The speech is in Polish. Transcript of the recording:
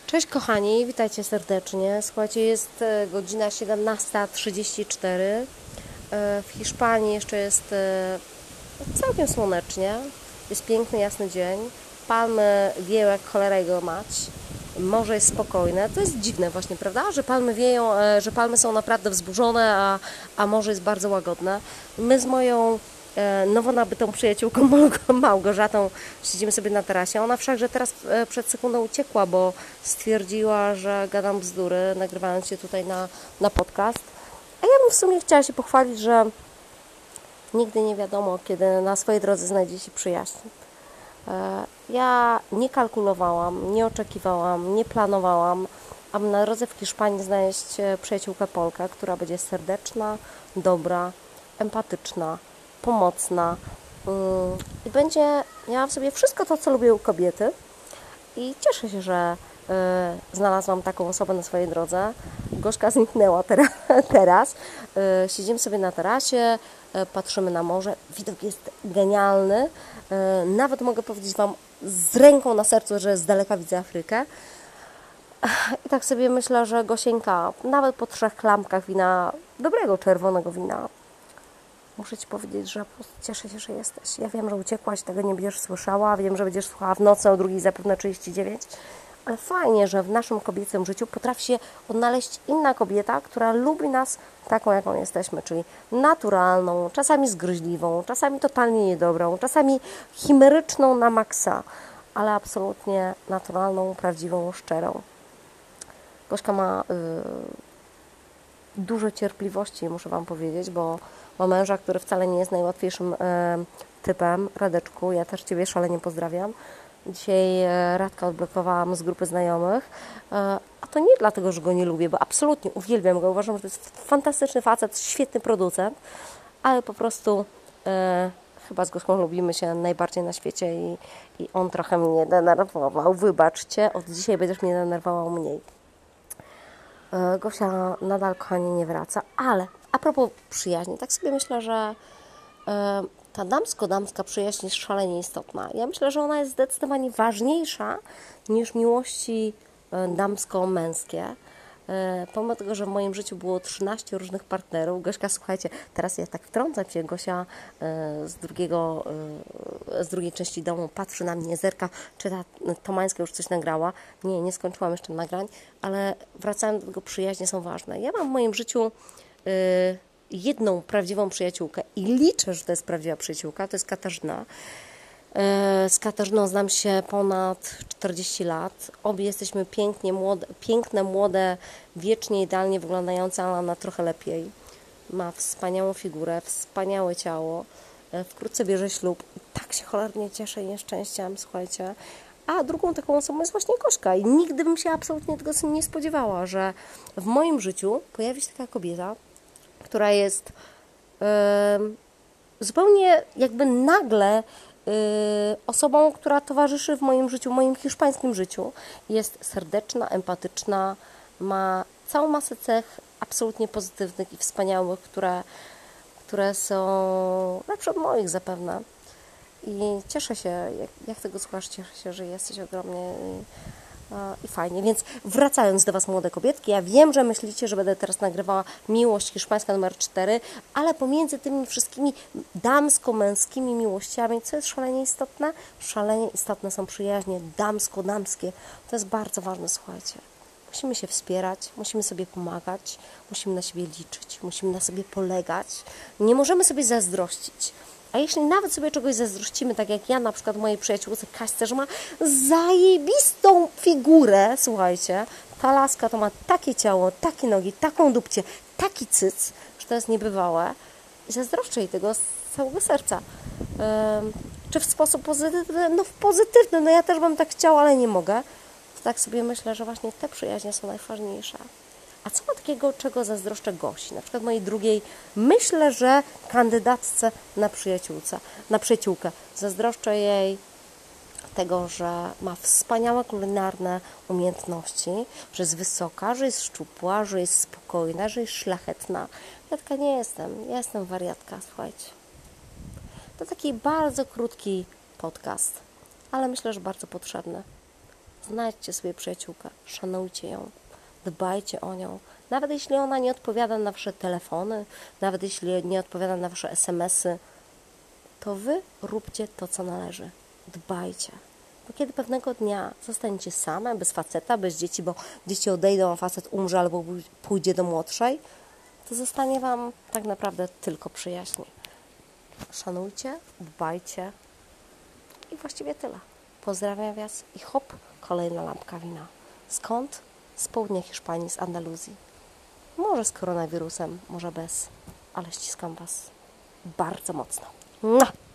Cześć kochani, witajcie serdecznie. Słuchajcie, jest godzina 17:34. W Hiszpanii jeszcze jest całkiem słonecznie. Jest piękny, jasny dzień. Palmy wieją jak cholera jego mać. Morze jest spokojne. To jest dziwne właśnie, prawda? Że palmy wieją, że palmy są naprawdę wzburzone, a morze jest bardzo łagodne. My z moją nowo nabytą przyjaciółką Małgorzatą siedzimy sobie na tarasie. Ona wszakże teraz przed sekundą uciekła, bo stwierdziła, że gadam bzdury, nagrywając się tutaj na podcast. A ja bym w sumie chciała się pochwalić, że nigdy nie wiadomo, kiedy na swojej drodze znajdzie się przyjaźń. Ja nie kalkulowałam, nie oczekiwałam, nie planowałam, aby na drodze w Hiszpanii znaleźć przyjaciółkę Polkę, która będzie serdeczna, dobra, empatyczna, pomocna i będzie miała w sobie wszystko to, co lubią kobiety. I cieszę się, że znalazłam taką osobę na swojej drodze. Gorzka zniknęła teraz. Siedzimy sobie na tarasie, patrzymy na morze. Widok jest genialny. Nawet mogę powiedzieć Wam z ręką na sercu, że z daleka widzę Afrykę. I tak sobie myślę, że Gosieńka, nawet po 3 klamkach wina, dobrego czerwonego wina, muszę Ci powiedzieć, że po prostu cieszę się, że jesteś. Ja wiem, że uciekłaś, tego nie będziesz słyszała, wiem, że będziesz słuchała w nocy o 2 zapewne 39, ale fajnie, że w naszym kobiecym życiu potrafi się odnaleźć inna kobieta, która lubi nas taką, jaką jesteśmy, czyli naturalną, czasami zgryźliwą, czasami totalnie niedobrą, czasami chimeryczną na maksa, ale absolutnie naturalną, prawdziwą, szczerą. Gośka ma dużo cierpliwości, muszę Wam powiedzieć, bo ma męża, który wcale nie jest najłatwiejszym typem. Radeczku, ja też Ciebie szalenie pozdrawiam. Dzisiaj Radka odblokowałam z grupy znajomych, a to nie dlatego, że go nie lubię, bo absolutnie uwielbiam go. Uważam, że to jest fantastyczny facet, świetny producent, ale po prostu chyba z Gośką lubimy się najbardziej na świecie i on trochę mnie denerwował. Wybaczcie, od dzisiaj będziesz mnie denerwował mniej. Gosia nadal, kochanie, nie wraca, ale a propos przyjaźni, tak sobie myślę, że ta damsko-damska przyjaźń jest szalenie istotna. Ja myślę, że ona jest zdecydowanie ważniejsza niż miłości damsko-męskie. Pomimo tego, że w moim życiu było 13 różnych partnerów. Gośka, słuchajcie, teraz ja tak wtrącam się, Gosia z drugiej części domu patrzy na mnie, zerka, czy ta Tomańska już coś nagrała. Nie skończyłam jeszcze nagrań, ale wracając do tego, przyjaźnie są ważne. Ja mam w moim życiu jedną prawdziwą przyjaciółkę i liczę, że to jest prawdziwa przyjaciółka, to jest Katarzyna. Z Katarzyną znam się ponad 40 lat. Obie jesteśmy piękne, młode, wiecznie idealnie wyglądające, ale ona trochę lepiej. Ma wspaniałą figurę, wspaniałe ciało. Wkrótce bierze ślub. Tak się cholernie cieszę i nieszczęściem, słuchajcie. A drugą taką osobą jest właśnie Gośka. I nigdy bym się absolutnie tego nie spodziewała, że w moim życiu pojawi się taka kobieta, która jest zupełnie jakby nagle osobą, która towarzyszy w moim życiu, w moim hiszpańskim życiu. Jest serdeczna, empatyczna, ma całą masę cech absolutnie pozytywnych i wspaniałych, które są lepsze od moich zapewne. I cieszę się, jak tego słuchasz, cieszę się, że jesteś ogromnie i fajnie. Więc wracając do Was, młode kobietki, ja wiem, że myślicie, że będę teraz nagrywała Miłość hiszpańska numer 4, ale pomiędzy tymi wszystkimi damsko-męskimi miłościami, co jest szalenie istotne? Szalenie istotne są przyjaźnie damsko-damskie. To jest bardzo ważne, słuchajcie. Musimy się wspierać, musimy sobie pomagać, musimy na siebie liczyć, musimy na sobie polegać. Nie możemy sobie zazdrościć. A jeśli nawet sobie czegoś zazdrościmy, tak jak ja na przykład mojej przyjaciółce Kaśce, że ma zajebistą figurę, słuchajcie, ta laska to ma takie ciało, takie nogi, taką dupcie, taki cyc, że to jest niebywałe. I zazdroszczę jej tego z całego serca. Czy w sposób pozytywny? No w pozytywny, no ja też bym tak chciała, ale nie mogę. To tak sobie myślę, że właśnie te przyjaźnie są najważniejsze. A co ma takiego, czego zazdroszczę Gosi? Na przykład mojej drugiej, myślę, że kandydatce na przyjaciółkę. Zazdroszczę jej tego, że ma wspaniałe kulinarne umiejętności, że jest wysoka, że jest szczupła, że jest spokojna, że jest szlachetna. Ja taka nie jestem. Ja jestem wariatka, słuchajcie. To taki bardzo krótki podcast, ale myślę, że bardzo potrzebny. Znajdźcie sobie przyjaciółkę, szanujcie ją, dbajcie o nią. Nawet jeśli ona nie odpowiada na wasze telefony, nawet jeśli nie odpowiada na wasze SMS-y, to wy róbcie to, co należy. Dbajcie. Bo kiedy pewnego dnia zostaniecie same, bez faceta, bez dzieci, bo dzieci odejdą, a facet umrze albo pójdzie do młodszej, to zostanie wam tak naprawdę tylko przyjaźń. Szanujcie, dbajcie i właściwie tyle. Pozdrawiam was i hop, kolejna lampka wina. Skąd? Z południa Hiszpanii, z Andaluzji. Może z koronawirusem, może bez, ale ściskam was bardzo mocno. Mua!